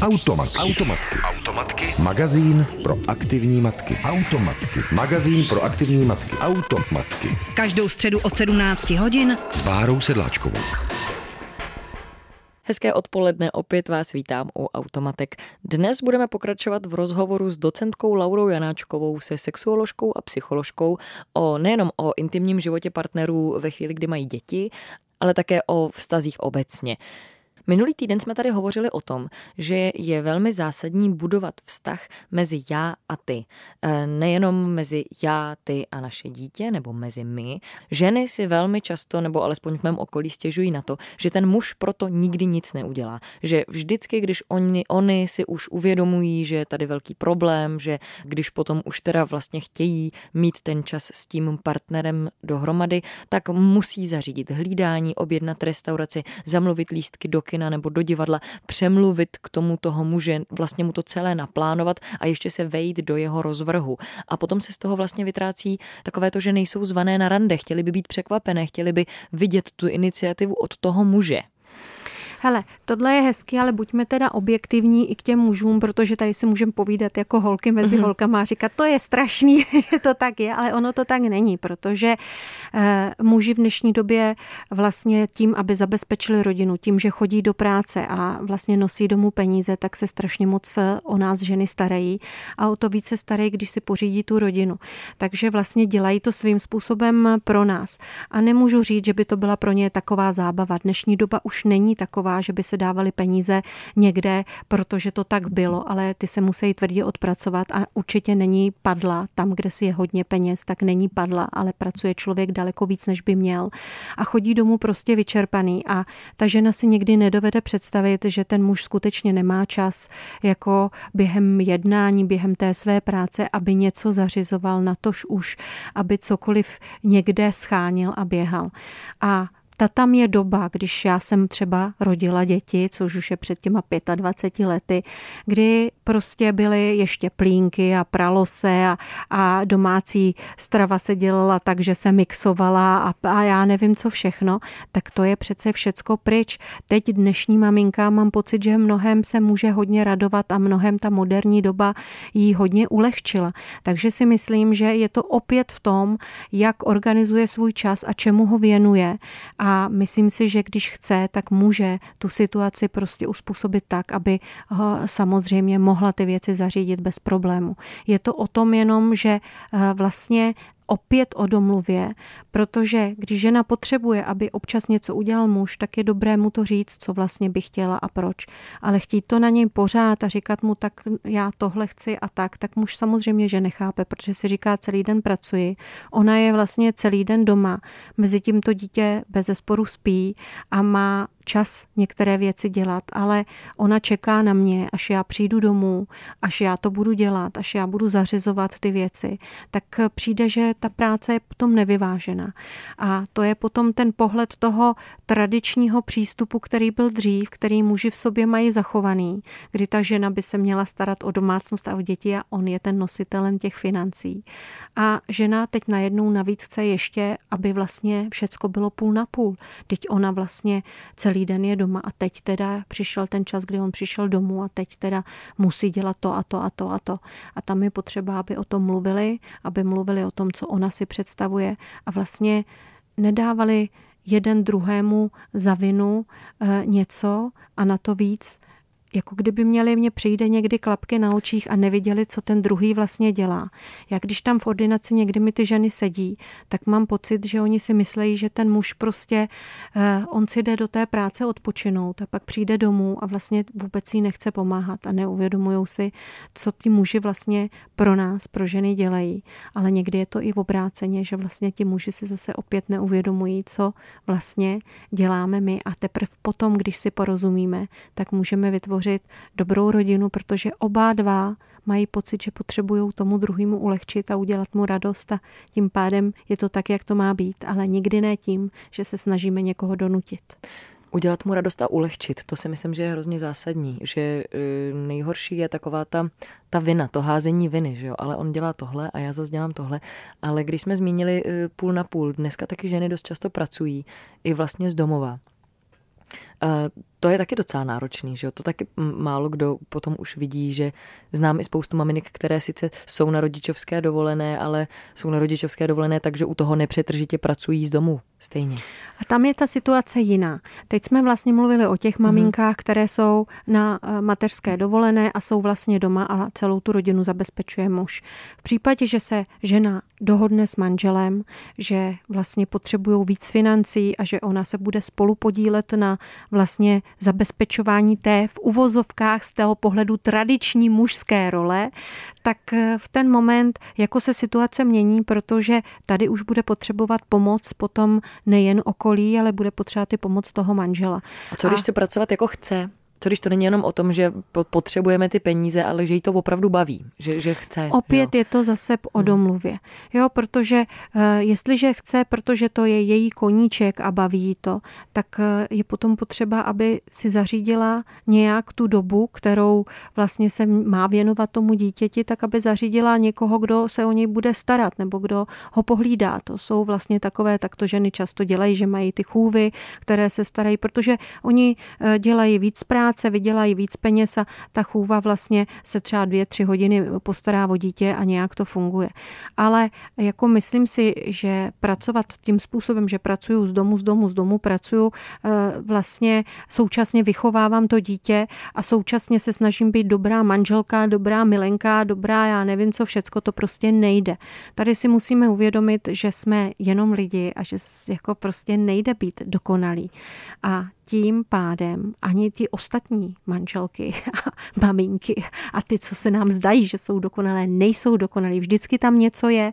Automatky. Magazín pro aktivní matky. Magazín pro aktivní matky. Automatky. Každou středu od 17 hodin S Bárou Sedláčkovou. Hezké odpoledne, opět vás vítám u Automatek. Dnes budeme pokračovat v rozhovoru s docentkou Laurou Janáčkovou, se sexuoložkou a psycholožkou, nejenom o intimním životě partnerů ve chvíli, kdy mají děti, ale také o vztazích obecně. Minulý týden jsme tady hovořili o tom, že je velmi zásadní budovat vztah mezi já a ty. Nejenom mezi já, ty a naše dítě, nebo mezi my. Ženy si velmi často, nebo alespoň v mém okolí, stěžují na to, že ten muž proto nikdy nic neudělá. Že vždycky, když oni si už uvědomují, že je tady velký problém, že když potom už teda vlastně chtějí mít ten čas s tím partnerem dohromady, tak musí zařídit hlídání, objednat restauraci, zamluvit lístky do kina nebo do divadla, přemluvit k tomu toho muže, vlastně mu to celé naplánovat a ještě se vejít do jeho rozvrhu. A potom se z toho vlastně vytrácí takové to, že nejsou zvané na rande, chtěli by být překvapené, chtěli by vidět tu iniciativu od toho muže. Hele, tohle je hezky, ale buďme teda objektivní i k těm mužům, protože tady si můžeme povídat jako holky mezi holkama a říkat, to je strašný, že to tak je, ale ono to tak není, protože muži v dnešní době vlastně tím, aby zabezpečili rodinu, tím, že chodí do práce a vlastně nosí domů peníze, tak se strašně moc o nás ženy starají a o to více starají, když si pořídí tu rodinu. Takže vlastně dělají to svým způsobem pro nás. A nemůžu říct, že by to byla pro ně taková zábava. Dnešní doba už není taková, že by se dávaly peníze někde, protože to tak bylo, ale ty se musí tvrdě odpracovat a určitě není padla. Tam, kde si je hodně peněz, tak není padla, ale pracuje člověk daleko víc, než by měl a chodí domů prostě vyčerpaný a ta žena si někdy nedovede představit, že ten muž skutečně nemá čas jako během jednání, během té své práce, aby něco zařizoval, natož už, aby cokoliv někde scháněl a běhal. A tam je doba, když já jsem třeba rodila děti, což už je před těma 25 lety, kdy prostě byly ještě plínky a pralo se a domácí strava se dělala tak, že se mixovala a já nevím co všechno, tak to je přece všecko pryč. Teď dnešní maminka mám pocit, že mnohem se může hodně radovat a mnohem ta moderní doba jí hodně ulehčila. Takže si myslím, že je to opět v tom, jak organizuje svůj čas a čemu ho věnuje. A myslím si, že když chce, tak může tu situaci prostě uspůsobit tak, aby samozřejmě mohla ty věci zařídit bez problému. Je to o tom jenom, že vlastně opět o domluvě, protože když žena potřebuje, aby občas něco udělal muž, tak je dobré mu to říct, co vlastně by chtěla a proč. Ale chtít to na něj pořád a říkat mu, tak já tohle chci a tak muž samozřejmě, že nechápe, protože si říká, celý den pracuji. Ona je vlastně celý den doma. Mezitím to dítě bezesporu spí a má čas některé věci dělat, ale ona čeká na mě, až já přijdu domů, až já to budu dělat, až já budu zařizovat ty věci, tak přijde, že ta práce je potom nevyvážená. A to je potom ten pohled toho tradičního přístupu, který byl dřív, který muži v sobě mají zachovaný, kdy ta žena by se měla starat o domácnost a o děti a on je ten nositelem těch financí. A žena teď najednou navíc chce ještě, aby vlastně všecko bylo půl na půl. Teď ona vlastně celý den je doma a teď teda přišel ten čas, kdy on přišel domů a teď teda musí dělat to a to a to a to. A tam je potřeba, aby o tom mluvili, aby mluvili o tom, co ona si představuje a vlastně nedávali jeden druhému za vinu něco a na to víc, jako kdyby mně přijde někdy klapky na očích a neviděli, co ten druhý vlastně dělá. Já když tam v ordinaci někdy mi ty ženy sedí, tak mám pocit, že oni si myslejí, že ten muž prostě, on si jde do té práce odpočinout a pak přijde domů a vlastně vůbec jí nechce pomáhat a neuvědomujou si, co ti muži vlastně pro nás, pro ženy dělají. Ale někdy je to i v obráceně, že vlastně ti muži si zase opět neuvědomují, co vlastně děláme my a teprve potom, když si porozumíme, tak můžeme vytvořit dobrou rodinu, protože oba dva mají pocit, že potřebují tomu druhému ulehčit a udělat mu radost a tím pádem je to tak, jak to má být, ale nikdy ne tím, že se snažíme někoho donutit. Udělat mu radost a ulehčit, to si myslím, že je hrozně zásadní, že nejhorší je taková ta vina, to házení viny, že jo, ale on dělá tohle a já zase dělám tohle, ale když jsme zmínili půl na půl, dneska taky ženy dost často pracují i vlastně z domova. To je taky docela náročný, že jo? To taky málo kdo potom už vidí, že znám i spoustu maminek, které sice jsou na rodičovské dovolené, ale jsou na rodičovské dovolené, takže u toho nepřetržitě pracují z domu stejně. A tam je ta situace jiná. Teď jsme vlastně mluvili o těch maminkách, které jsou na mateřské dovolené a jsou vlastně doma a celou tu rodinu zabezpečuje muž. V případě, že se žena dohodne s manželem, že vlastně potřebují víc financí a že ona se bude spolu podílet na vlastně zabezpečování té v uvozovkách z toho pohledu tradiční mužské role, tak v ten moment jako se situace mění, protože tady už bude potřebovat pomoc potom nejen okolí, ale bude potřebovat i pomoc toho manžela. A co když to pracovat jako chce? Co když to není jenom o tom, že potřebujeme ty peníze, ale že jí to opravdu baví, že chce. Opět je to zase o domluvě. Jo, protože jestliže chce, protože to je její koníček a baví jí to, tak je potom potřeba, aby si zařídila nějak tu dobu, kterou vlastně se má věnovat tomu dítěti, tak aby zařídila někoho, kdo se o něj bude starat nebo kdo ho pohlídá. To jsou vlastně takové, tak to ženy často dělají, že mají ty chůvy, které se starají, protože oni dělají víc práce, vydělají víc peněz a ta chůva vlastně se třeba 2-3 hodiny postará o dítě a nějak to funguje. Ale jako myslím si, že pracovat tím způsobem, že pracuju z domu, pracuju vlastně současně vychovávám to dítě a současně se snažím být dobrá manželka, dobrá milenka, dobrá já nevím co, všecko to prostě nejde. Tady si musíme uvědomit, že jsme jenom lidi a že jako prostě nejde být dokonalí. A tím pádem ani ty ostatní manželky a maminky a ty, co se nám zdají, že jsou dokonalé, nejsou dokonalí. Vždycky tam něco je,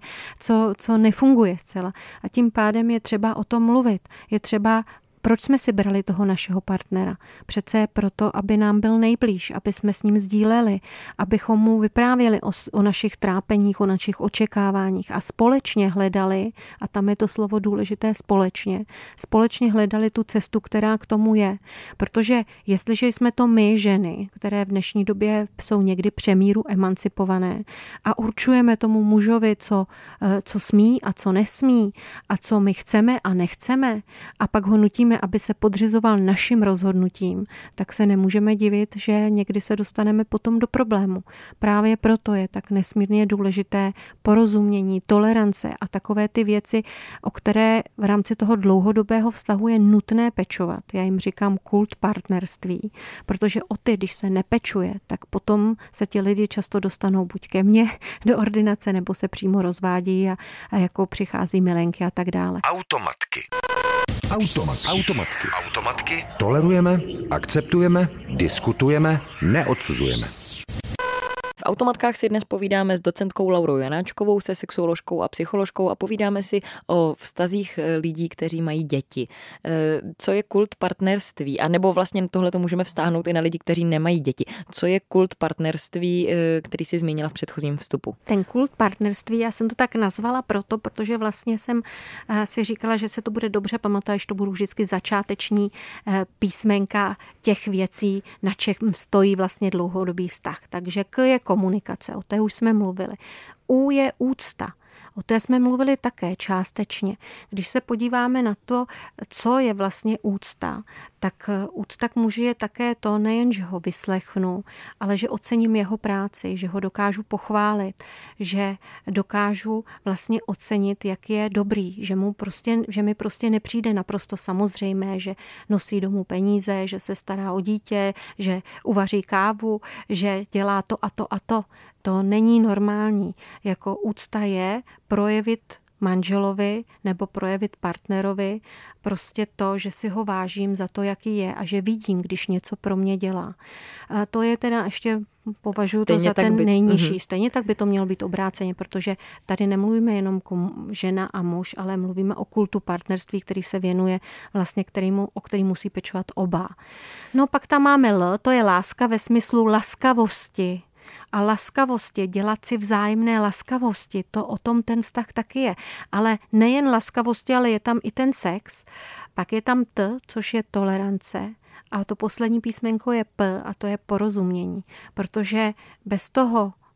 co nefunguje zcela. A tím pádem je třeba o tom mluvit. Je třeba proč jsme si brali toho našeho partnera? Přece proto, aby nám byl nejblíž, aby jsme s ním sdíleli, abychom mu vyprávěli o našich trápeních, o našich očekáváních a společně hledali, a tam je to slovo důležité společně hledali tu cestu, která k tomu je. Protože jestliže jsme to my, ženy, které v dnešní době jsou někdy přemíru emancipované a určujeme tomu mužovi, co smí a co nesmí a co my chceme a nechceme a pak ho nutíme, aby se podřizoval našim rozhodnutím, tak se nemůžeme divit, že někdy se dostaneme potom do problému. Právě proto je tak nesmírně důležité porozumění, tolerance a takové ty věci, o které v rámci toho dlouhodobého vztahu je nutné pečovat. Já jim říkám kult partnerství, protože o ty, když se nepečuje, tak potom se ti lidi často dostanou buď ke mně do ordinace, nebo se přímo rozvádí a jako přichází milenky a tak dále. Automatky. Tolerujeme, akceptujeme, diskutujeme, neodsuzujeme. V Automatkách si dnes povídáme s docentkou Laurou Janáčkovou, se sexuoložkou a psycholožkou a povídáme si o vztazích lidí, kteří mají děti. Co je kult partnerství? A nebo vlastně tohle to můžeme vztáhnout i na lidi, kteří nemají děti. Co je kult partnerství, který si zmínila v předchozím vstupu? Ten kult partnerství, já jsem to tak nazvala protože vlastně jsem si říkala, že se to bude dobře pamatovat, že to budou vždycky začáteční písmenka těch věcí, na čem stojí vlastně dlouhodobý vztah. Takže K je komunikace, o té už jsme mluvili. U je úcta. O té jsme mluvili také částečně. Když se podíváme na to, co je vlastně úcta, tak úcta k muži je také to, nejen, že ho vyslechnu, ale že ocením jeho práci, že ho dokážu pochválit, že dokážu vlastně ocenit, jak je dobrý, že mi prostě nepřijde naprosto samozřejmé, že nosí domů peníze, že se stará o dítě, že uvaří kávu, že dělá to a to a to. To není normální. Jako úcta je projevit manželovi nebo projevit partnerovi prostě to, že si ho vážím za to, jaký je a že vidím, když něco pro mě dělá. A to je teda ještě, považuji to za ten nejnižší. Stejně tak by to mělo být obráceně, protože tady nemluvíme jenom žena a muž, ale mluvíme o kultu partnerství, který se věnuje vlastně o který musí pečovat oba. No pak tam máme L, to je láska ve smyslu laskavosti. A laskavosti, dělat si vzájemné laskavosti, to o tom ten vztah taky je. Ale nejen laskavosti, ale je tam i ten sex. Pak je tam T, což je tolerance. A to poslední písmenko je P a to je porozumění. Protože bez toho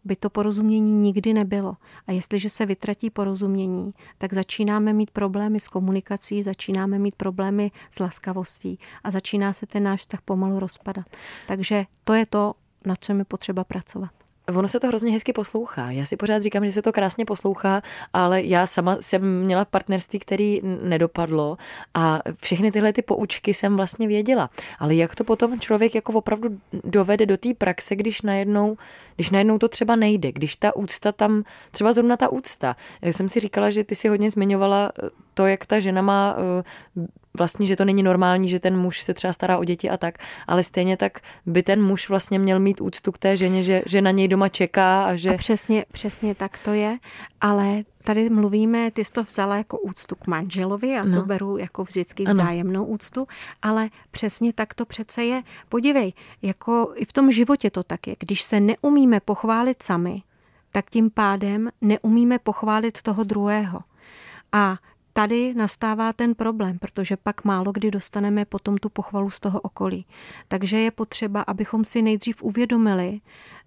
by to porozumění nikdy nebylo. A jestliže se vytratí porozumění, tak začínáme mít problémy s komunikací, začínáme mít problémy s laskavostí a začíná se ten náš vztah pomalu rozpadat. Takže to je to, na čem je potřeba pracovat. Ono se to hrozně hezky poslouchá. Já si pořád říkám, že se to krásně poslouchá, ale já sama jsem měla partnerství, který nedopadlo a všechny tyhle ty poučky jsem vlastně věděla. Ale jak to potom člověk jako opravdu dovede do té praxe, když najednou to třeba nejde, když ta úcta tam, třeba zrovna ta úcta. Já jsem si říkala, že ty si hodně zmiňovala to, jak ta žena má vlastně, že to není normální, že ten muž se třeba stará o děti a tak, ale stejně tak by ten muž vlastně měl mít úctu k té ženě, že na něj doma čeká a že... A přesně tak to je, ale tady mluvíme, ty jsi to vzala jako úctu k manželovi a to beru jako vždycky vzájemnou úctu, ale přesně tak to přece je. Podívej, jako i v tom životě to tak je, když se neumíme pochválit sami, tak tím pádem neumíme pochválit toho druhého. A tady nastává ten problém, protože pak málo kdy dostaneme potom tu pochvalu z toho okolí. Takže je potřeba, abychom si nejdřív uvědomili,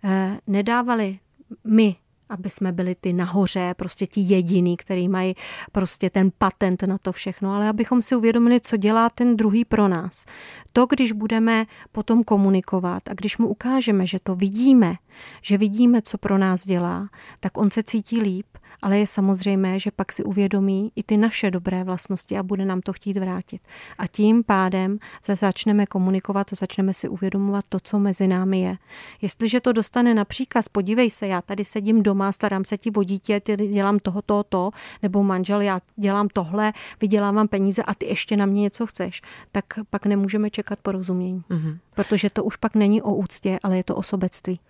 nedávali my, aby jsme byli ty nahoře, prostě ti jediný, který mají prostě ten patent na to všechno, ale abychom si uvědomili, co dělá ten druhý pro nás. To, když budeme potom komunikovat a když mu ukážeme, že to vidíme, že vidíme, co pro nás dělá, tak on se cítí líp, ale je samozřejmé, že pak si uvědomí i ty naše dobré vlastnosti a bude nám to chtít vrátit. A tím pádem začneme komunikovat a začneme si uvědomovat to, co mezi námi je. Jestliže to dostane na příkaz, podívej se, já tady sedím doma, starám se ti o dítě, dělám to, nebo manžel, já dělám tohle, vydělávám peníze a ty ještě na mě něco chceš, tak pak nemůžeme čekat porozumění. Mm-hmm. Protože to už pak není o úctě, ale je to o sobectví.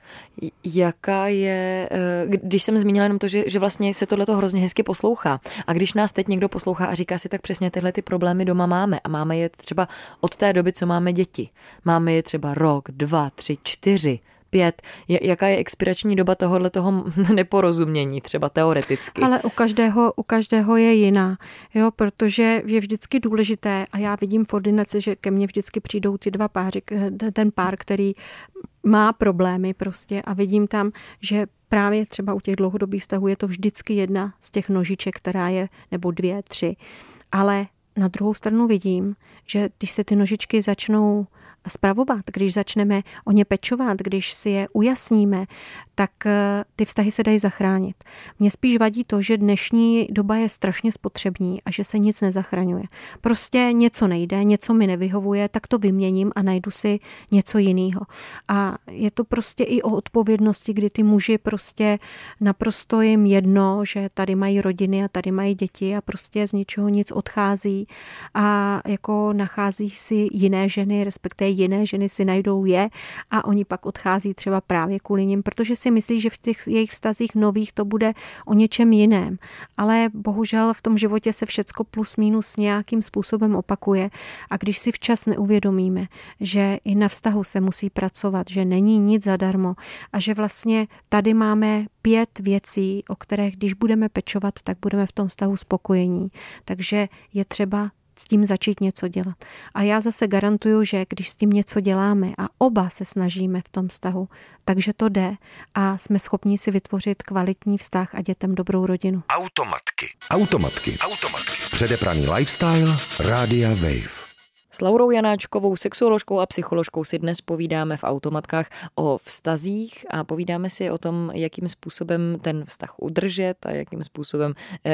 Jaká je, když jsem zmínila jenom to, že vlastně se tohleto hrozně hezky poslouchá a když nás teď někdo poslouchá a říká si, tak přesně tyhle ty problémy doma máme a máme je třeba od té doby, co máme děti. Máme je třeba rok, 2, 3, 4, 5. Jaká je expirační doba tohoto neporozumění, třeba teoreticky? Ale u každého je jiná, jo, protože je vždycky důležité a já vidím v ordinaci, že ke mně vždycky přijdou ty dva páři, ten pár, který má problémy prostě a vidím tam, že právě třeba u těch dlouhodobých vztahů je to vždycky jedna z těch nožiček, která je, nebo 2, 3. Ale na druhou stranu vidím, že když se ty nožičky začnou spravovat, když začneme o ně pečovat, když si je ujasníme, tak ty vztahy se dají zachránit. Mně spíš vadí to, že dnešní doba je strašně spotřební a že se nic nezachraňuje. Prostě něco nejde, něco mi nevyhovuje, tak to vyměním a najdu si něco jiného. A je to prostě i o odpovědnosti, kdy ty muži prostě naprosto jim jedno, že tady mají rodiny a tady mají děti a prostě z ničeho nic odchází a jako nachází si jiné ženy, respektive jiné ženy si najdou je a oni pak odchází třeba právě kvůli nim, protože si myslí, že v těch jejich vztazích nových to bude o něčem jiném. Ale bohužel v tom životě se všecko plus minus nějakým způsobem opakuje a když si včas neuvědomíme, že i na vztahu se musí pracovat, že není nic zadarmo a že vlastně tady máme 5 věcí, o kterých když budeme pečovat, tak budeme v tom vztahu spokojení. Takže je třeba s tím začít něco dělat. A já zase garantuju, že když s tím něco děláme a oba se snažíme v tom vztahu, takže to jde a jsme schopni si vytvořit kvalitní vztah a dětem dobrou rodinu. Automatky. Předepraný lifestyle Rádia Wave. S Laurou Janáčkovou, sexuoložkou a psycholožkou si dnes povídáme v Automatkách o vztazích a povídáme si o tom, jakým způsobem ten vztah udržet a jakým způsobem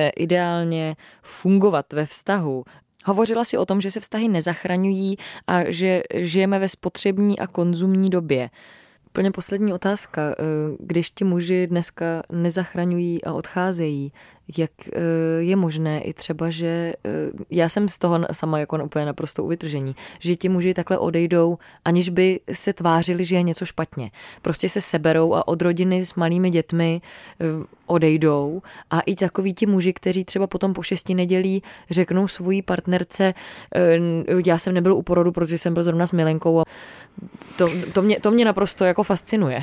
ideálně fungovat ve vztahu. Hovořila si o tom, že se vztahy nezachraňují a že žijeme ve spotřební a konzumní době. Úplně poslední otázka. Když ti muži dneska nezachraňují a odcházejí, jak je možné i třeba, že já jsem z toho sama jako úplně naprosto u vytržení, že ti muži takhle odejdou, aniž by se tvářili, že je něco špatně. Prostě se seberou a od rodiny s malými dětmi odejdou a i takoví ti muži, kteří třeba potom po 6 nedělí řeknou svojí partnerce, já jsem nebyl u porodu, protože jsem byl zrovna s milenkou a to mě naprosto jako fascinuje.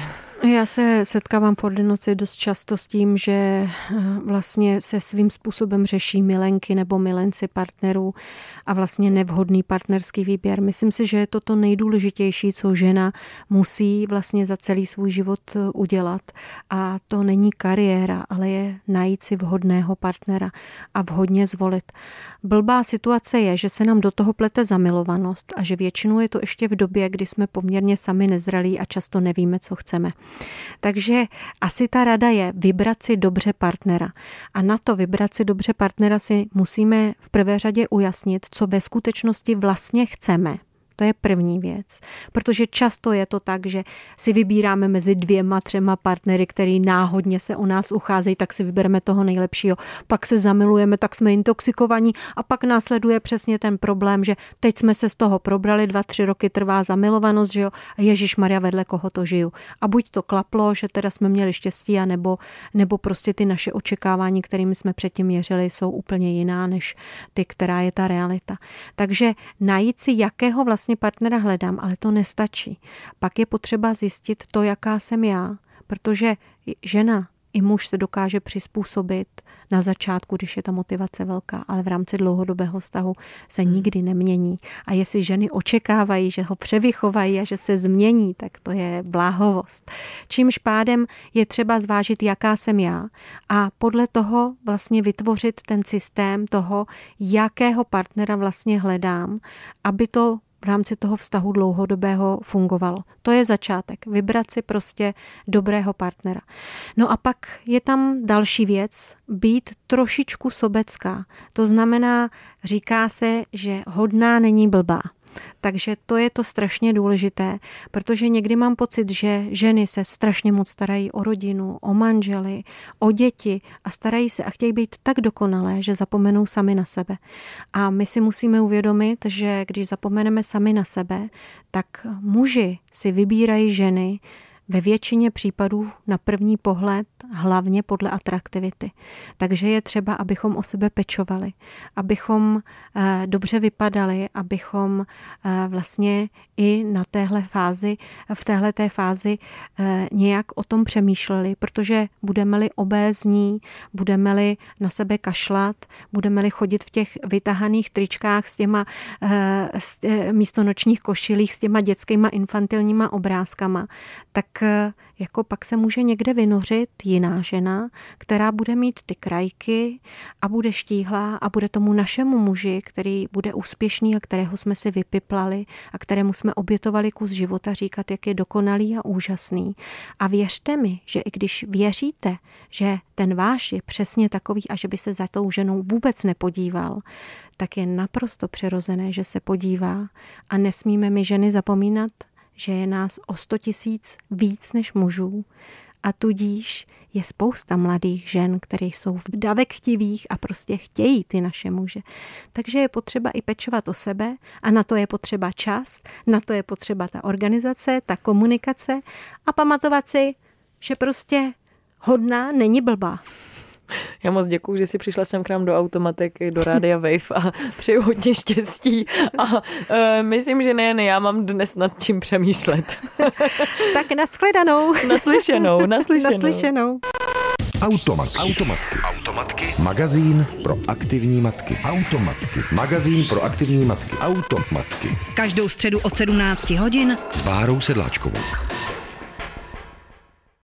Já se setkávám v ordinaci dost často s tím, že vlastně se svým způsobem řeší milenky nebo milenci partnerů a vlastně nevhodný partnerský výběr. Myslím si, že je to to nejdůležitější, co žena musí vlastně za celý svůj život udělat. A to není kariéra, ale je najít si vhodného partnera a vhodně zvolit. Blbá situace je, že se nám do toho plete zamilovanost a že většinou je to ještě v době, kdy jsme poměrně sami nezralí a často nevíme, co chceme. Takže asi ta rada je vybrat si dobře partnera. A na to vybrat si dobře partnera si musíme v prvé řadě ujasnit, co ve skutečnosti vlastně chceme. To je první věc, protože často je to tak, že si vybíráme mezi 2, 3 partnery, který náhodně se o nás ucházejí, tak si vybereme toho nejlepšího. Pak se zamilujeme, tak jsme intoxikovaní a pak následuje přesně ten problém, že teď jsme se z toho probrali, 2-3 roky trvá zamilovanost, že jo, a Ježišmarja, vedle koho to žiju. A buď to klaplo, že teda jsme měli štěstí, nebo prostě ty naše očekávání, kterými jsme předtím měřili, jsou úplně jiná než ty, která je ta realita. Takže najít si, jakého vlastně partnera hledám, ale to nestačí. Pak je potřeba zjistit to, jaká jsem já, protože žena i muž se dokáže přizpůsobit na začátku, když je ta motivace velká, ale v rámci dlouhodobého vztahu se nikdy nemění. A jestli ženy očekávají, že ho převychovají a že se změní, tak to je bláhovost. Čímž pádem je třeba zvážit, jaká jsem já a podle toho vlastně vytvořit ten systém toho, jakého partnera vlastně hledám, aby to v rámci toho vztahu dlouhodobého fungovalo. To je začátek. Vybrat si prostě dobrého partnera. No a pak je tam další věc, být trošičku sobecká. To znamená, říká se, že hodná není blbá. Takže to je to strašně důležité, protože někdy mám pocit, že ženy se strašně moc starají o rodinu, o manžely, o děti a starají se a chtějí být tak dokonalé, že zapomenou sami na sebe. A my si musíme uvědomit, že když zapomeneme sami na sebe, tak muži si vybírají ženy ve většině případů na první pohled hlavně podle atraktivity. Takže je třeba, abychom o sebe pečovali, abychom dobře vypadali, abychom vlastně i na v téhleté fázi nějak o tom přemýšleli, protože budeme-li obézní, budeme-li na sebe kašlat, budeme-li chodit v těch vytahaných tričkách s těma místo nočních košilích s těma dětskýma infantilníma obrázkama, tak jako pak se může někde vynořit jiná žena, která bude mít ty krajky a bude štíhlá a bude tomu našemu muži, který bude úspěšný a kterého jsme si vypiplali a kterému jsme obětovali kus života, říkat, jak je dokonalý a úžasný. A věřte mi, že i když věříte, že ten váš je přesně takový a že by se za tou ženou vůbec nepodíval, tak je naprosto přirozené, že se podívá a nesmíme my ženy zapomínat, že je nás o 100 000 víc než mužů a tudíž je spousta mladých žen, které jsou vdavek chtivých a prostě chtějí ty naše muže. Takže je potřeba i pečovat o sebe a na to je potřeba čas, na to je potřeba ta organizace, ta komunikace a pamatovat si, že prostě hodná není blbá. Já moc děkuju, že jsi přišla sem k nám do Automatek, do Rádia Wave a přeju hodně štěstí a myslím, že nejen já mám dnes nad čím přemýšlet. Tak nashledanou. Naslyšenou. Automatky. Magazín pro aktivní matky. Magazín pro aktivní matky. Automatky. Každou středu od 17 hodin s Bárou Sedláčkovou.